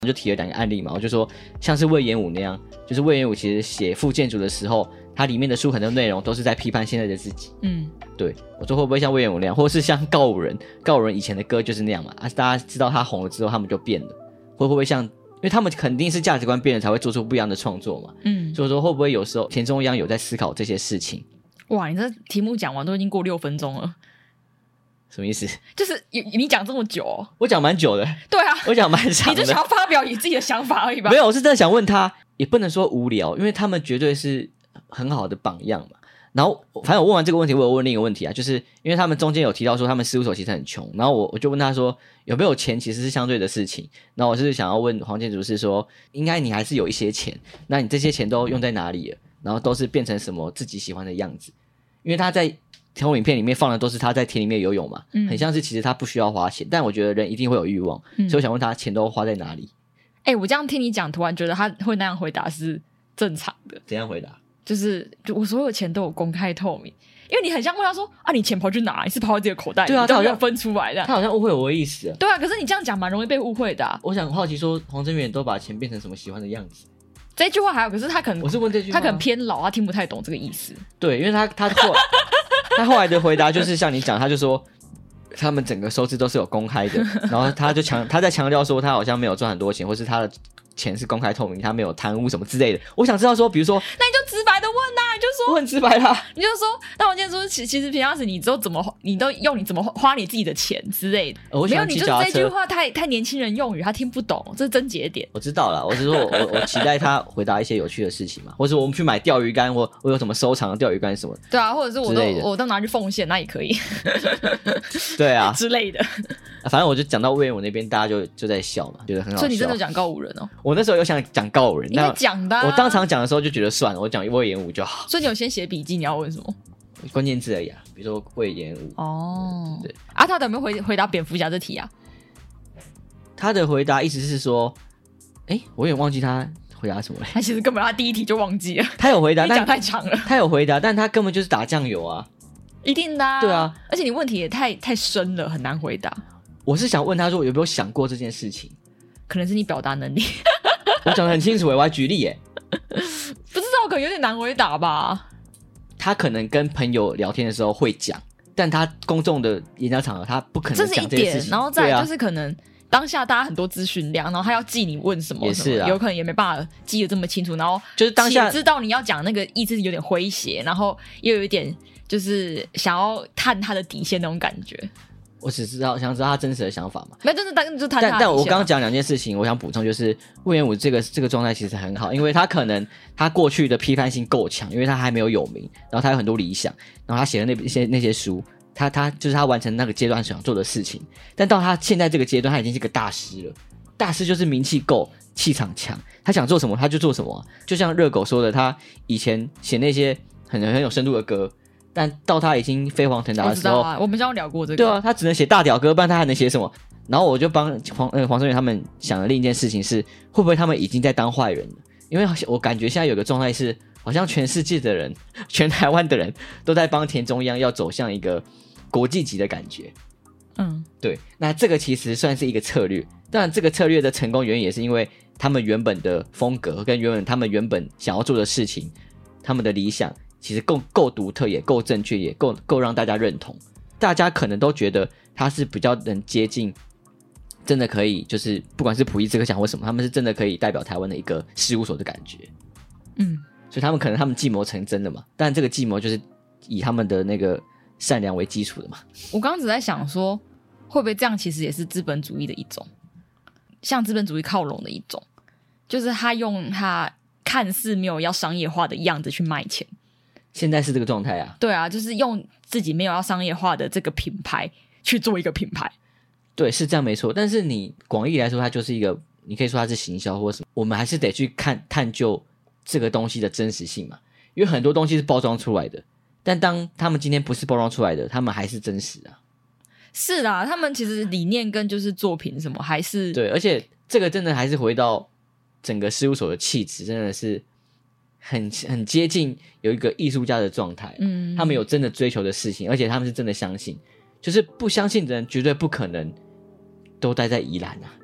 就提了2个案例嘛，我就说像是魏延武那样，就是魏延武其实写副建筑的时候，它里面的书很多内容都是在批判现在的自己。对，我说会不会像魏延武那样，或者是像告五人以前的歌就是那样嘛，大家知道他红了之后他们就变了，会不会像，因为他们肯定是价值观变了才会做出不一样的创作嘛。所以说会不会有时候田中央有在思考这些事情。 哇，你这题目讲完都已经过6分钟了。 什么意思？ 就是你讲这么久我讲蛮久的。 对啊， 我讲蛮长的。 你就想要发表你自己的想法而已吧？ 没有，我是真的想问他，也不能说无聊，因为他们绝对是很好的榜样嘛。然后反正我问完这个问题，我有问另一个问题啊，就是因为他们中间有提到说他们事务所其实很穷，然后我就问他说有没有钱其实是相对的事情。然后我是想要问黄建筑是说，应该你还是有一些钱，那你这些钱都用在哪里了？然后都是变成什么自己喜欢的样子？因为他在投影片里面放的都是他在田里面游泳嘛，很像是其实他不需要花钱，但我觉得人一定会有欲望，所以我想问他钱都花在哪里。 我这样听你讲，突然觉得他会那样回答是正常的。 怎样回答？ 就是我所有钱都有公开透明，因为你很像问他说啊，你钱跑去哪？你是跑到自己的口袋里？ 对啊， 他好像分出来的。 他好像误会我的意思。 对啊，可是你这样讲蛮容易被误会的。 我想好奇说，黄真源都把钱变成什么喜欢的样子？ 这句话还有，可是他可能我是问这句话， 他可能偏老，他听不太懂这个意思。 对，因为他后来的回答就是像你讲，他就说他们整个收支都是有公开的，然后他在强调说他好像没有赚很多钱，或是他的钱是公开透明，他没有贪污什么之类的。我想知道说，比如说， 那你就直白的问啊，你就说我很直白啦， 你就说，那我今天说，其实平常时你都怎么，你都用你怎么花你自己的钱之类的。没有，你就这句话太年轻人用语，他听不懂，这是症结点。 我知道了，我是说我期待他回答一些有趣的事情嘛，或者我们去买钓鱼竿，我有什么收藏的钓鱼竿什么的。 对啊，或者是我都拿去奉献，那也可以。 对啊， 之类的。 反正我就讲到魏延武那边，大家就在笑嘛，觉得很好笑。 所以你真的讲告五人哦？ 我那时候有想讲告五人， 应该讲的。 我当场讲的时候就觉得算了，我讲魏延武就好。 所以你有先写笔记，你要问什么？ 关键字而已啊，比如说魏延武。 哦，对啊，他有没有回答蝙蝠侠这题啊？ 他的回答意思是说，我也忘记他回答什么了。 他其实根本他第一题就忘记了。 他有回答， 但讲太长了。 他有回答，但他根本就是打酱油啊。 一定的啊。 对啊， 而且你问题也太深了，很难回答。 我是想问他说有没有想过这件事情？ 可能是你表达能力。 我讲得很清楚，我还举例耶。 不知道，可能有点难回答吧。 他可能跟朋友聊天的时候会讲，但他公众的演讲场合他不可能讲这件事情。 然后再来就是可能当下大家很多资讯量，然后他要记你问什么， 也是啊， 有可能也没办法记得这么清楚。然后就是当下知道你要讲那个意思是有点诙谐，然后又有一点就是想要探他的底线那种感觉。 我只想知道他真实的想法嘛。 没，就是探他的底线。 但我刚刚讲2件事情，我想补充就是魏延武这个状态其实很好，因为他可能他过去的批判性够强，因为他还没有名，然后他有很多理想，然后他写的那些书，他就是他完成那个阶段想做的事情。但到他现在这个阶段，他已经是个大师了。大师就是名气够，气场强，他想做什么他就做什么。就像热狗说的，他以前写那些很有深度的歌。但到他已经飞黄腾达的时候， 我们刚刚聊过这个。 对啊，他只能写大屌歌，不然他还能写什么？然后我就帮黄胜元他们想的另一件事情是，会不会他们已经在当坏人了？因为我感觉现在有个状态是，好像全世界的人，全台湾的人都在帮田中央要走向一个国际级的感觉。对，那这个其实算是一个策略。当然，这个策略的成功原因也是因为他们原本的风格跟他们原本想要做的事情，他们的理想。其实够独特，也够正确，也够让大家认同。大家可能都觉得他是比较能接近，真的可以，就是不管是溥仪这个奖或什么，他们是真的可以代表台湾的一个事务所的感觉。所以他们计谋成真的嘛？但这个计谋就是以他们的那个善良为基础的嘛。 我刚刚只在想说，会不会这样其实也是资本主义的一种，向资本主义靠拢的一种，就是他用他看似没有要商业化的样子去卖钱。 现在是这个状态啊。 对啊，就是用自己没有要商业化的这个品牌去做一个品牌。 对，是这样没错。但是你广义来说，它就是一个，你可以说它是行销或什么，我们还是得去探究这个东西的真实性嘛。因为很多东西是包装出来的，但当他们今天不是包装出来的，他们还是真实啊。 是啦，他们其实理念跟就是作品什么还是对，而且这个真的还是回到整个事务所的气质，真的是很接近有一个艺术家的状态。他们有真的追求的事情，而且他们是真的相信，就是不相信的人绝对不可能都待在宜兰啊。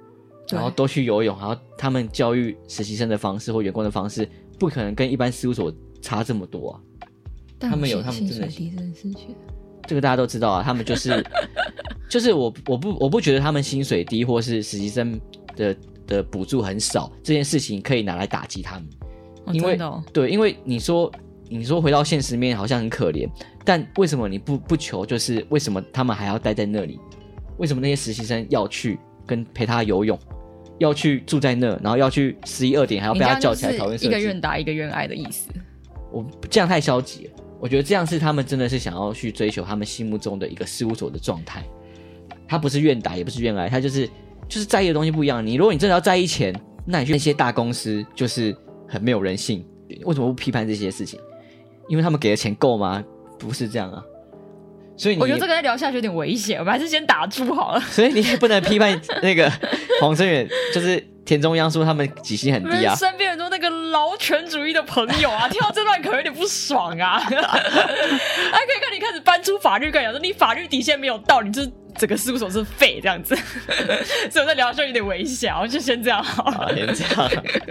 然后都去游泳，然后他们教育实习生的方式或员工的方式，不可能跟一般事务所差这么多啊。 但他们有他们真的薪水低这件事情， 这个大家都知道啊，他们就是我不觉得他们薪水低或是实习生的补助很少这件事情可以拿来打击他们，因为、 真的哦， 对，因为你说回到现实面好像很可怜，但为什么你不求就是为什么他们还要待在那里？为什么那些实习生要去跟陪他游泳，要去住在那，然后要去11、2点还要被他叫起来讨论设计？ 一个愿打一个愿挨的意思。 我这样太消极了。我觉得这样是他们真的是想要去追求他们心目中的一个事务所的状态，他不是愿打也不是愿挨，他就是在意的东西不一样。如果你真的要在意钱，那你去那些大公司就是很没有人性。为什么不批判这些事情？因为他们给的钱够吗？不是这样啊。所以我觉得这个再聊下去有点危险，我们还是先打住好了。 所以你也不能批判那个黄生远，就是田中央说他们底薪很低啊。 身边很多那个劳权主义的朋友啊，听到这段可能有点不爽啊。还可以看你开始搬出法律，跟你讲说你法律底线没有到，你就是整个事务所是废这样子。所以我在聊下去有点危险，我就先这样好了。 先这样。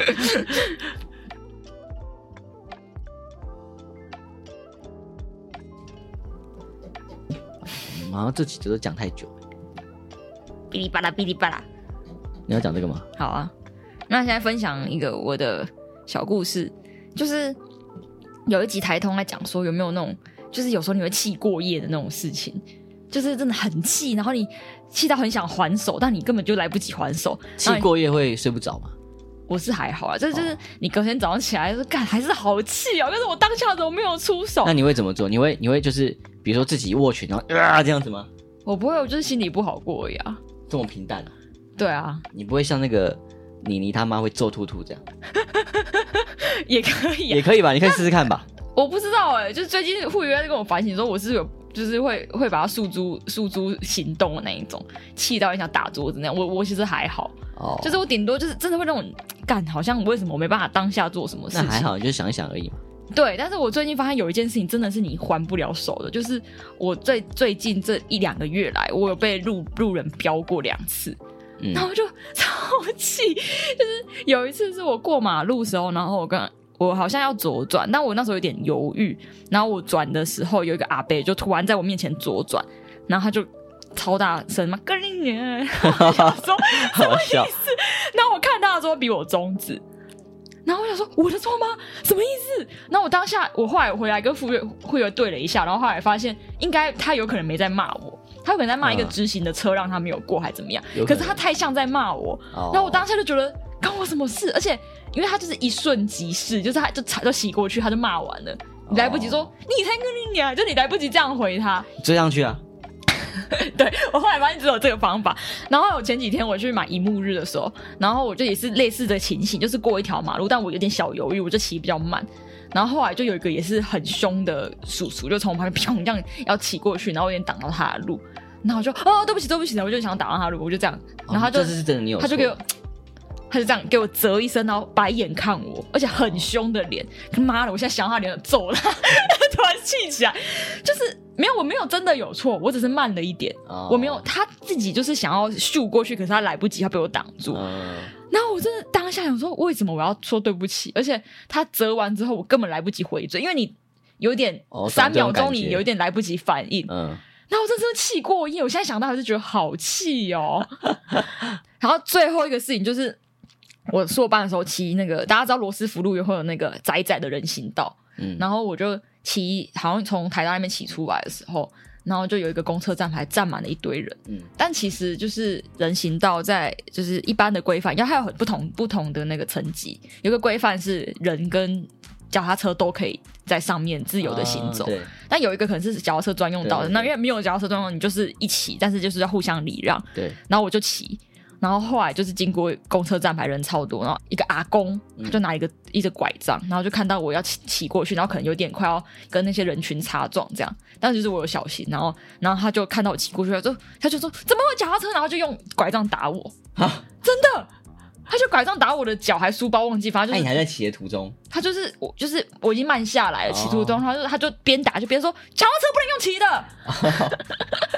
好像这几集都讲太久了， 哔哩吧啦，哔哩吧啦。 你要讲这个吗？ 好啊，那现在分享一个我的小故事，就是有一集台通在讲说有没有那种，就是有时候你会气过夜的那种事情，就是真的很气，然后你气到很想还手，但你根本就来不及还手。 气过夜会睡不着吗？ 我是还好啊，就是你隔天早上起来就是干还是好气哦，但是我当下怎么没有出手？ 那你会怎么做？你会就是比如说自己握拳然后这样子吗？ 我不会，我就是心里不好过呀。 这么平淡啊？ 对啊， 你不会像那个你他妈会揍兔兔这样？ 也可以、啊， 也可以吧？你可以试试看吧。 我不知道就是最近护理在跟我反省说我是有就是会把它诉诸行动的那一种，气到很想打桌子那样。我其实还好，就是我顶多就是真的会那种干，好像为什么我没办法当下做什么事情？ 那还好，你就想一想而已嘛。 对，但是我最近发现有一件事情真的是你还不了手的，就是我最近这1-2个月来，我有被路人飙过2次，然后我就超气。就是有一次是我过马路的时候，然后我好像要左转，但我那时候有点犹豫，然后我转的时候有一个阿伯就突然在我面前左转，然后他就超大声嘛，跟你娘，我想说什么意思？然后我看他的时候比我中指。然后我想说我的错吗？什么意思？然后我当下我后来回来跟会员对了一下，然后后来发现应该他有可能没在骂我，他有可能在骂一个直行的车让他没有过还怎么样，可是他太像在骂我，然后我当下就觉得关我什么事？而且因为他就是一瞬即逝，就是他就骑过去他就骂完了，你来不及说你才跟你娘，就你来不及这样回他， 追上去啊。 对，我后来发现只有这个方法。然后我前几天我去买一幕日的时候，然后我就也是类似的情形，就是过一条马路，但我有点小犹豫，我就骑比较慢。然后后来就有一个也是很凶的叔叔，就从我旁边砰这样要骑过去，然后我有点挡到他的路，然后我就对不起，我就想挡到他的路，我就这样，然后他就、 这是真的你有错， 他就给我。他就这样给我啧一声，然后白眼看我，而且很凶的脸。妈的，我现在想到他脸揍他，突然气起来。就是没有，我没有真的有错，我只是慢了一点。我没有，他自己就是想要咻过去，可是他来不及，他被我挡住。然后我真的当下想说，为什么我要说对不起？而且他啧完之后，我根本来不及回嘴，因为你有点3秒钟，你有一点来不及反应。然后我真的气过夜，我现在想到还是觉得好气哦。然后最后一个事情就是。我硕班的时候骑那个，大家知道罗斯福路也会有那个窄窄的人行道，然后我就骑，好像从台大那边骑出来的时候，然后就有一个公车站牌站满了一堆人，但其实就是人行道在就是一般的规范，因为它有很不同的那个层级，有个规范是人跟脚踏车都可以在上面自由的行走，但有一个可能是脚踏车专用道的，那因为没有腳踏车专用，你就是一起，但是就是要互相礼让，对，然后我就骑。然后后来就是经过公车站牌人超多，然后一个阿公就拿一只拐杖，然后就看到我要骑过去，然后可能有点快要跟那些人群擦撞这样，但是就是我有小心，然后他就看到我骑过去，他就说怎么会脚踏车，然后就用拐杖打我，真的，他就拐杖打我的脚还书包忘记，反正就是你还在骑的途中， 他就是我已经慢下来了，骑途中他就边打就边说脚踏车不能用骑的。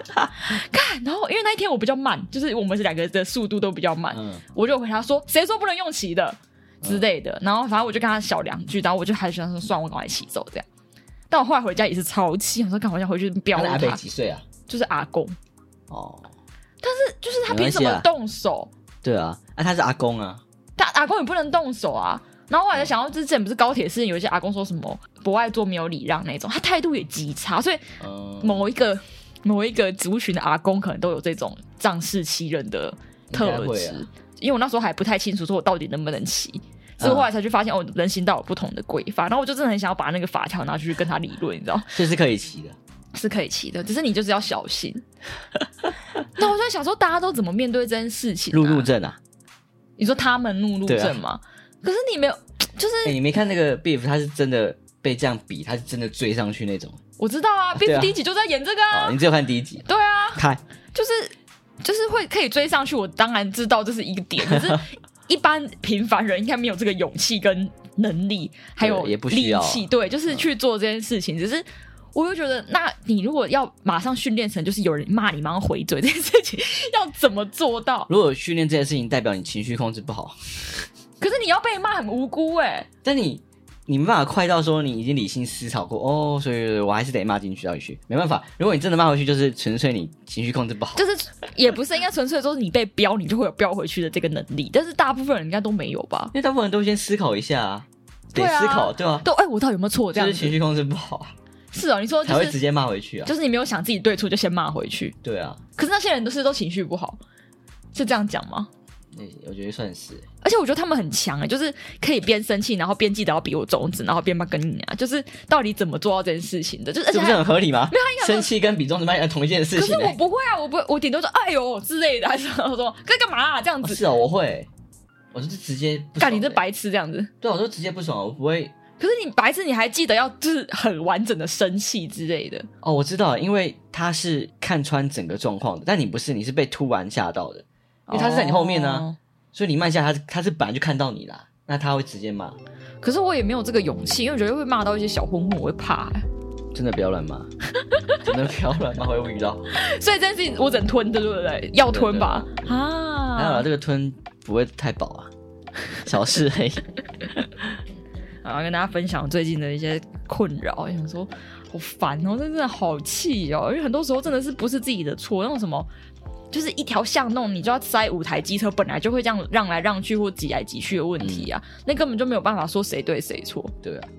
看，然后因为那一天我比较慢，就是我们是两个的速度都比较慢，我就回他说谁说不能用骑的之类的，然后反正我就跟他小两句，然后我就还想说算我赶快骑走这样。但我后来回家也是超气，我说干嘛要回去飙他。 阿北几岁啊？ 就是阿公。 哦， 但是就是他凭什么动手？ 对啊，他是阿公啊， 他阿公也不能动手啊。然后后来才想到，之前不是高铁事件，有一些阿公说什么不爱做没有礼让那种，他态度也极差，所以某一个族群的阿公可能都有这种仗势欺人的特质。因为我那时候还不太清楚，说我到底能不能骑。所以后来才去发现，人行道有不同的规范，然后我就真的很想要把那个法条拿去跟他理论，你知道？ 这是可以骑的， 是可以骑的，只是你就是要小心。那我在想说，大家都怎么面对这件事情？路怒症啊？你说他们路怒症吗？可是你没有，就是你没看那个 Beef， 他是真的被这样比，他是真的追上去那种。 我知道啊 ，Beef 第一集就在演这个啊。 你只有看第一集？ 对啊， 看就是会可以追上去，我当然知道这是一个点，可是。一般平凡人应该没有这个勇气跟能力，还有力气，对，就是去做这件事情。只是我又觉得，那你如果要马上训练成，就是有人骂你马上回嘴这件事情，要怎么做到？ 如果训练这件事情，代表你情绪控制不好。 可是你要被骂很无辜但你没办法快到说你已经理性思考过所以我还是得骂进去，没办法。如果你真的骂回去，就是纯粹你情绪控制不好， 就是也不是应该纯粹说你被飙，你就会有飙回去的这个能力。但是大部分人应该都没有吧？ 因为大部分人都先思考一下啊，得思考，对吧？ 都我到底有没有错？这样就是情绪控制不好是你说、 才会直接骂回去啊， 就是你没有想自己对错就先骂回去。 对啊， 可是那些人都情绪不好，是这样讲吗？ 我觉得算是， 而且我觉得他们很强就是可以边生气，然后边记得要比我中指，然后边骂跟你就是到底怎么做到这件事情的？就是而且这不是很合理吗？ 没有， 生气跟比中指骂同一件事情。 可是我不会啊，我顶多说哎呦之类的，还是说干嘛这样子？ 是我会，我就是直接不爽干你这白痴这样子。 对，我就直接不爽，我不会。 可是你白痴，你还记得要就是很完整的生气之类的？ 我知道，因为他是看穿整个状况的，但你不是，你是被突然吓到的，因为他是在你后面呢。所以你慢下他是本来就看到你啦，那他会直接骂。 可是我也没有这个勇气，因为我觉得会骂到一些小混混，我会怕真的不要乱骂，真的不要乱骂，会遇到。 所以这件事情我只能吞的，对不对？要吞吧。啊， 还好啦，这个吞不会太饱啊，小事而已。 然后跟大家分享最近的一些困扰，想说好烦真的好气因为很多时候真的是不是自己的错，那种什么。就是一条巷弄，你就要塞5台机车，本来就会这样让来让去或挤来挤去的问题啊，那根本就没有办法说谁对谁错。 对啊。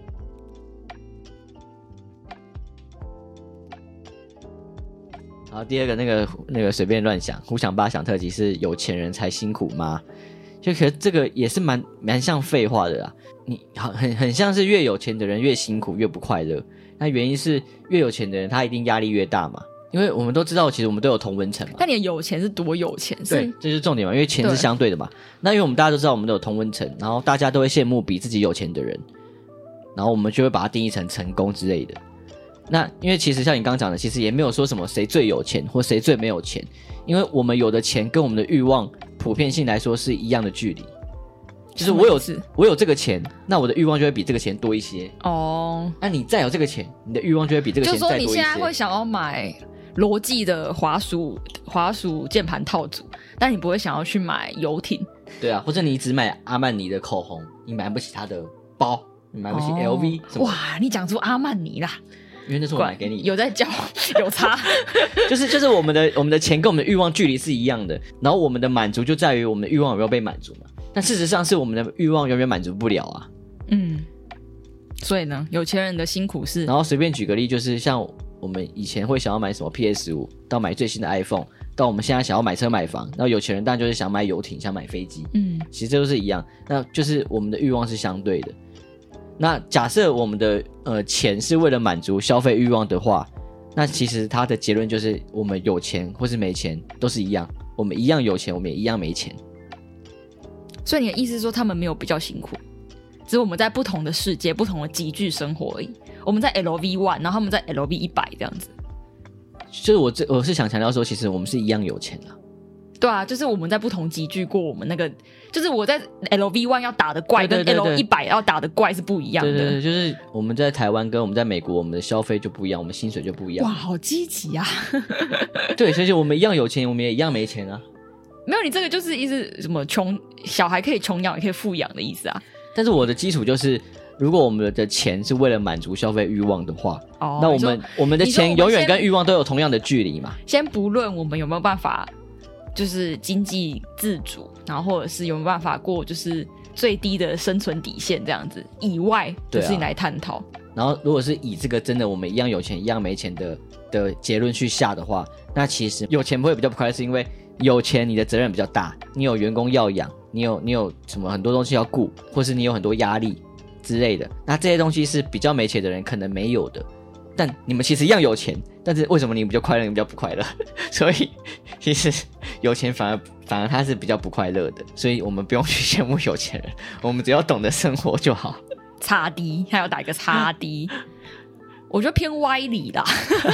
然后第二个那个随便乱想，胡想八想特辑是有钱人才辛苦吗？就可是这个也是蛮像废话的啦。你很像是越有钱的人越辛苦越不快乐，那原因是越有钱的人他一定压力越大嘛。因为我们都知道，其实我们都有同温层嘛。 但你的有钱是多有钱？ 对，这就是重点嘛。因为钱是相对的嘛。那因为我们大家都知道，我们都有同温层，然后大家都会羡慕比自己有钱的人，然后我们就会把它定义成成功之类的。那因为其实像你刚刚讲的，其实也没有说什么谁最有钱或谁最没有钱，因为我们有的钱跟我们的欲望普遍性来说是一样的距离。就是我有这个钱，那我的欲望就会比这个钱多一些。那你再有这个钱，你的欲望就会比这个钱再多一些。 就是说你现在会想要买罗技的滑鼠键盘套组，但你不会想要去买游艇。 对啊，或者你只买阿曼尼的口红，你买不起他的包，你买不起 LV 什么。 哇，你讲出阿曼尼啦， 因为那是我买给你。 有在教，有差。 就是我们的钱跟我们的欲望距离是一样的，然后我们的满足就在于我们的欲望有没有被满足嘛。但事实上是我们的欲望永远满足不了啊。 所以呢，有钱人的辛苦是。 然后随便举个例，就是像我们以前会想要买什么 PS5，到买最新的 iPhone， 到我们现在想要买车买房，然后有钱人当然就是想买游艇，想买飞机。其实这都是一样，那就是我们的欲望是相对的。那假设我们的钱是为了满足消费欲望的话，那其实它的结论就是我们有钱或是没钱都是一样，我们一样有钱，我们也一样没钱。 所以你的意思是说他们没有比较辛苦，只是我们在不同的世界不同的集聚生活而已。我们在 LV1， 然后他们在 LV100这样子。 就是我是想强调说，其实我们是一样有钱的。 对啊，就是我们在不同集聚过，我们那个就是我在 LV1 要打的怪跟对对对 L100 要打的怪是不一样的。 对对对，就是我们在台湾跟我们在美国，我们的消费就不一样，我们薪水就不一样。 哇，好积极啊！ 对，所以我们一样有钱，我们也一样没钱啊。 没有，你这个就是意思什么穷小孩可以穷养也可以富养的意思啊。 但是我的基础就是，如果我们的钱是为了满足消费欲望的话，那我们的钱永远跟欲望都有同样的距离嘛。 先不论我们有没有办法就是经济自主，然后或者是有没有办法过就是最低的生存底线这样子以外的事情来探讨。 然后如果是以这个真的我们一样有钱一样没钱的结论去下的话，那其实有钱不会比较不快乐，是因为有钱你的责任比较大，你有员工要养，你有什么很多东西要顾，或是你有很多压力之类的，那这些东西是比较没钱的人可能没有的。但你们其实一样有钱，但是为什么你比较快乐，你比较不快乐？所以其实有钱反而他是比较不快乐的，所以我们不用去羡慕有钱人，我们只要懂得生活就好。 叉 D 还要打一个叉 D 我觉得偏歪理啦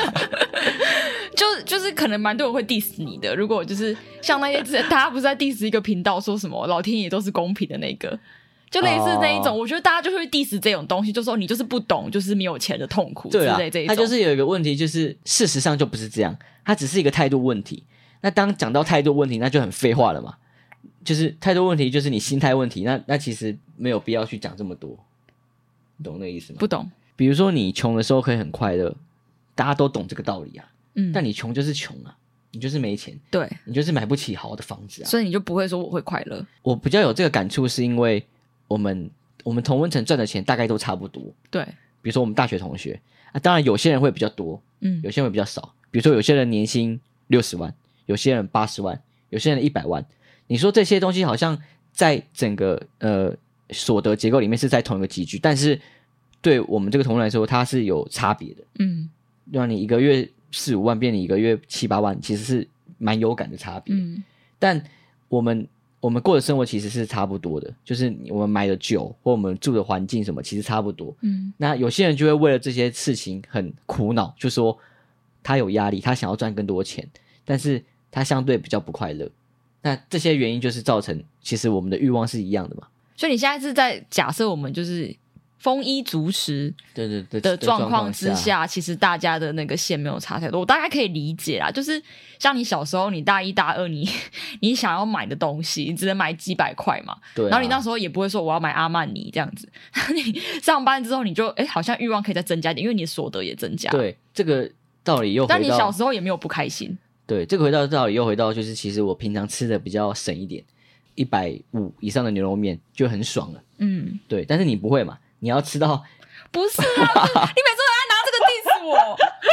就是可能蛮多人会 diss 你的，如果就是像那些大家不是在 diss 一个频道说什么老天爷都是公平的那个，就类似那一种，我觉得大家就会 diss 这种东西，就说你就是不懂就是没有钱的痛苦之类这一种。 他就是有一个问题，就是事实上就不是这样，它只是一个态度问题。那当讲到态度问题，那就很废话了嘛，就是态度问题就是你心态问题，那其实没有必要去讲这么多，你懂那个意思吗？ 不懂。 比如说你穷的时候可以很快乐，大家都懂这个道理啊。但你穷就是穷啊，你就是没钱，对，你就是买不起好的房子啊， 所以你就不会说我会快乐。 我比较有这个感触，是因为我们同温层赚的钱大概都差不多。对，比如说我们大学同学啊，当然有些人会比较多，有些人会比较少。比如说有些人年薪60万，有些人80万，有些人100万。你说这些东西好像在整个所得结构里面是在同一个集聚，但是对我们这个同仁来说，它是有差别的。让你一个月4-5万变你一个月7-8万，其实是蛮有感的差别。但我们过的生活其实是差不多的，就是我们买的酒或我们住的环境什么其实差不多。那有些人就会为了这些事情很苦恼，就说他有压力，他想要赚更多钱，但是他相对比较不快乐。那这些原因就是造成其实我们的欲望是一样的嘛。 所以你现在是在假设我们就是丰衣足食的状况之下，其实大家的那个线没有差太多，我大概可以理解啦。就是像你小时候，你大一大二，你想要买的东西，你只能买几百块嘛，对、然后你那时候也不会说我要买阿曼尼这样子。你上班之后，你就好像欲望可以再增加一点，因为你的所得也增加。 对，这个道理又回到， 但你小时候也没有不开心。 对，这个回到道理又回到，就是其实我平常吃的比较省一点，150以上的牛肉面就很爽了。对，但是你不会嘛？你要吃到。 不是啊，你每次都在拿这个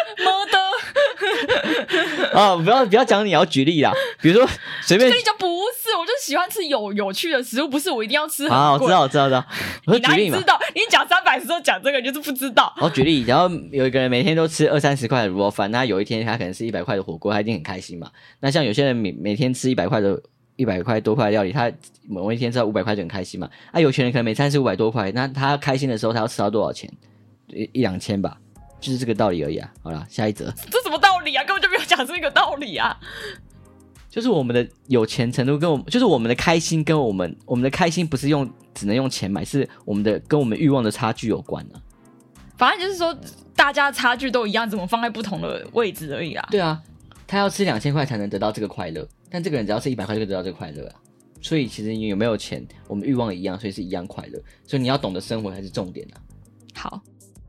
diss 我，妈的！ 不要讲你要举例啦，比如说随便。 跟你讲不是，我就喜欢吃有趣的食物，不是我一定要吃很贵。 好，我知道。 你哪里知道？你讲300时候讲这个，你就是不知道。 我举例，然后有一个人每天都吃20-30块的卤肉饭，那有一天他可能是100块的火锅，他一定很开心嘛。那像有些人每天吃100块多块的料理，他某一天吃到500块就很开心嘛。有钱人可能每餐吃500多块，那他开心的时候他要吃到多少钱？1-2千吧，就是这个道理而已啊。好啦，下一则。 这什么道理啊？根本就没有讲这个道理啊。 就是我们的有钱程度就是我们的开心跟我们的开心不是只能用钱买，是我们的跟我们欲望的差距有关啊。 反正就是说大家差距都一样，怎么放在不同的位置而已啊。 对啊，他要吃2000块才能得到这个快乐，但这个人只要吃100块就得到这个快乐啊。所以其实你有没有钱，我们欲望一样，所以是一样快乐。所以你要懂得生活才是重点啊。 好。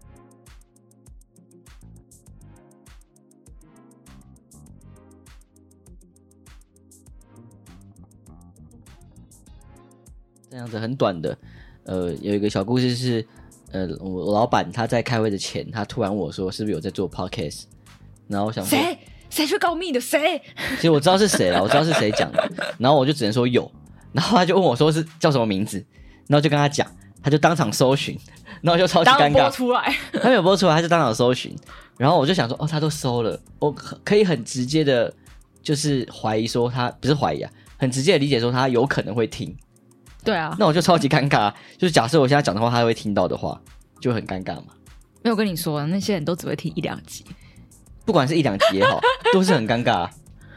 这样子很短的，有一个小故事是，我老板他在开会的前，他突然问我说，是不是有在做 podcast？ 然后我想说， 谁去告密的？谁？ 其实我知道是谁了，我知道是谁讲的，然后我就只能说有，然后他就问我说是叫什么名字，然后就跟他讲，他就当场搜寻，然后就超级尴尬， 播出来， 他没有播出来，他就当场搜寻，然后我就想说，他都搜了，我可以很直接的，就是怀疑说他不是怀疑啊，很直接的理解说他有可能会听。 对啊， 那我就超级尴尬，就是假设我现在讲的话他会听到的话，就很尴尬嘛。 没有跟你说，那些人都只会听1-2集， 不管是1-2集也好，都是很尴尬。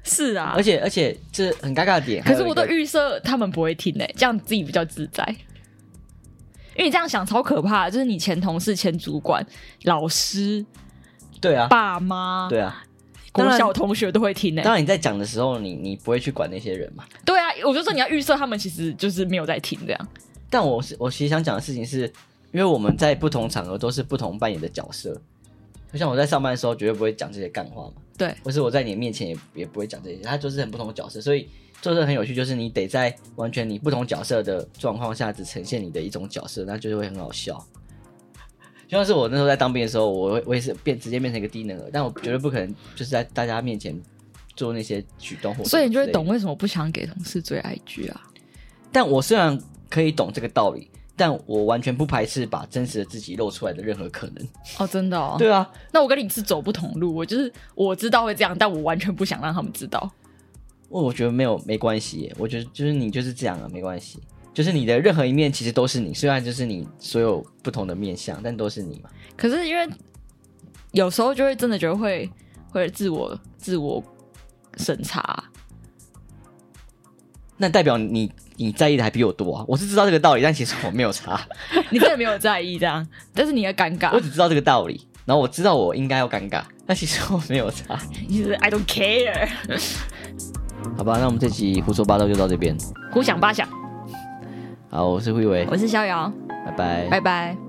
是啊， 而且这很尴尬的点。 可是我都预设他们不会听这样自己比较自在。因为你这样想超可怕的，就是你前同事、前主管、老师， 对啊， 爸妈， 对啊， 国小同学都会听当然你在讲的时候，你不会去管那些人嘛。 对啊，我就说你要预设他们其实就是没有在听这样。 但我其实想讲的事情是，因为我们在不同场合都是不同扮演的角色。就像我在上班的时候绝对不会讲这些干话嘛， 对， 或是我在你面前也不会讲这些，它就是很不同的角色，所以做这很有趣，就是你得在完全你不同角色的状况下只呈现你的一种角色，那就是会很好笑。就像是我那时候在当兵的时候，我也是直接变成一个低能儿，但我绝对不可能就是在大家面前做那些举动， 所以你就会懂为什么不想给同事追 IG 啊。 但我虽然可以懂这个道理，但我完全不排斥把真实的自己露出来的任何可能。 哦，真的哦？ 对啊。 那我跟你是走不同路，我知道会这样，但我完全不想让他们知道。 我觉得没关系耶，我觉得就是你就是这样啊，没关系。就是你的任何一面其实都是你，虽然就是你所有不同的面向，但都是你嘛。 可是因为有时候就会真的觉得会自我审查。那代表你在意的还比我多啊！我是知道这个道理，但其实我没有差。 你真的没有在意这样，但是你的尴尬。 我只知道这个道理，然后我知道我应该要尴尬，但其实我没有差。 你是 I don't care。 好吧，那我们这集胡说八道就到这边。 胡想八想。 好，我是辉伟， 我是逍遥， 拜拜， 拜拜。